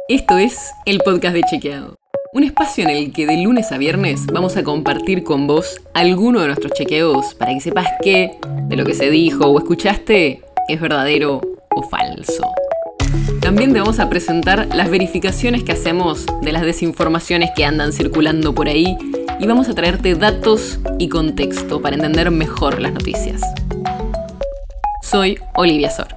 Esto es el podcast de Chequeado, un espacio en el que de lunes a viernes vamos a compartir con vos alguno de nuestros chequeos para que sepas qué de lo que se dijo o escuchaste es verdadero o falso. También te vamos a presentar las verificaciones que hacemos de las desinformaciones que andan circulando por ahí y vamos a traerte datos y contexto para entender mejor las noticias. Soy Olivia Sor.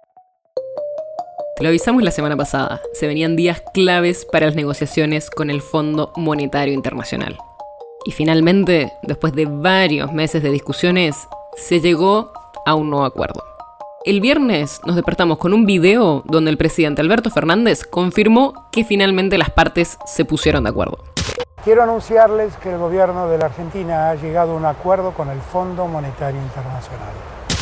Te lo avisamos la semana pasada, se venían días claves para las negociaciones con el Fondo Monetario Internacional. Y finalmente, después de varios meses de discusiones, se llegó a un nuevo acuerdo. El viernes nos despertamos con un video donde el presidente Alberto Fernández confirmó que finalmente las partes se pusieron de acuerdo. Quiero anunciarles que el gobierno de la Argentina ha llegado a un acuerdo con el Fondo Monetario Internacional.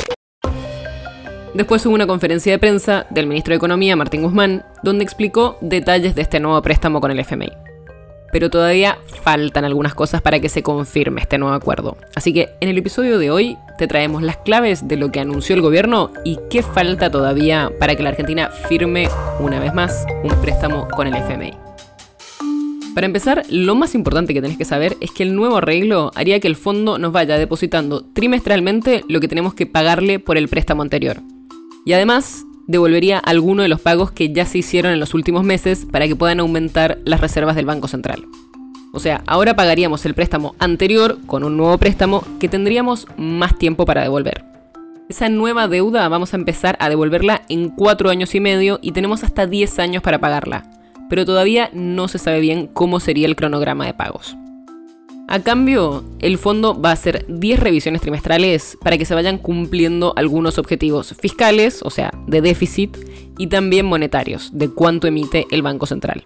Después hubo una conferencia de prensa del ministro de Economía, Martín Guzmán, donde explicó detalles de este nuevo préstamo con el FMI. Pero todavía faltan algunas cosas para que se confirme este nuevo acuerdo. Así que en el episodio de hoy te traemos las claves de lo que anunció el gobierno y qué falta todavía para que la Argentina firme una vez más un préstamo con el FMI. Para empezar, lo más importante que tenés que saber es que el nuevo arreglo haría que el fondo nos vaya depositando trimestralmente lo que tenemos que pagarle por el préstamo anterior. Y además, devolvería alguno de los pagos que ya se hicieron en los últimos meses para que puedan aumentar las reservas del Banco Central. O sea, ahora pagaríamos el préstamo anterior con un nuevo préstamo que tendríamos más tiempo para devolver. Esa nueva deuda vamos a empezar a devolverla en 4 años y medio y tenemos hasta 10 años para pagarla. Pero todavía no se sabe bien cómo sería el cronograma de pagos. A cambio, el fondo va a hacer 10 revisiones trimestrales para que se vayan cumpliendo algunos objetivos fiscales, o sea, de déficit, y también monetarios, de cuánto emite el Banco Central.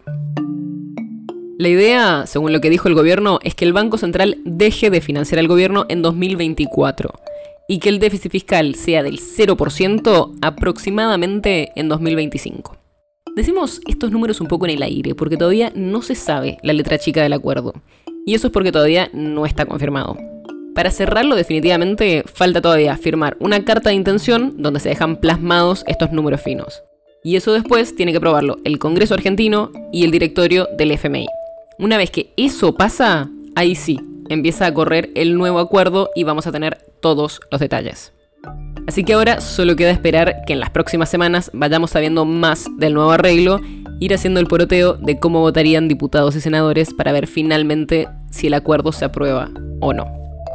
La idea, según lo que dijo el gobierno, es que el Banco Central deje de financiar al gobierno en 2024 y que el déficit fiscal sea del 0% aproximadamente en 2025. Decimos estos números un poco en el aire porque todavía no se sabe la letra chica del acuerdo. Y eso es porque todavía no está confirmado. Para cerrarlo definitivamente, falta todavía firmar una carta de intención donde se dejan plasmados estos números finos. Y eso después tiene que aprobarlo el Congreso argentino y el directorio del FMI. Una vez que eso pasa, ahí sí, empieza a correr el nuevo acuerdo y vamos a tener todos los detalles. Así que ahora solo queda esperar que en las próximas semanas vayamos sabiendo más del nuevo arreglo, ir haciendo el poroteo de cómo votarían diputados y senadores para ver finalmente si el acuerdo se aprueba o no.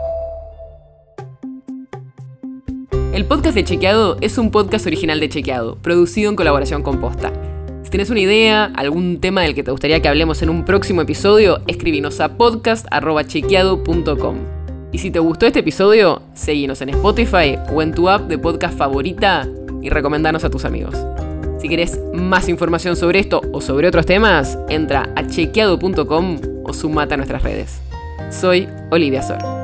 El podcast de Chequeado es un podcast original de Chequeado, producido en colaboración con Posta. Si tenés una idea, algún tema del que te gustaría que hablemos en un próximo episodio, escribinos a podcast@chequeado.com. Y si te gustó este episodio, seguinos en Spotify o en tu app de podcast favorita y recomendanos a tus amigos. Si querés más información sobre esto o sobre otros temas, entra a chequeado.com o sumate a nuestras redes. Soy Olivia Sor.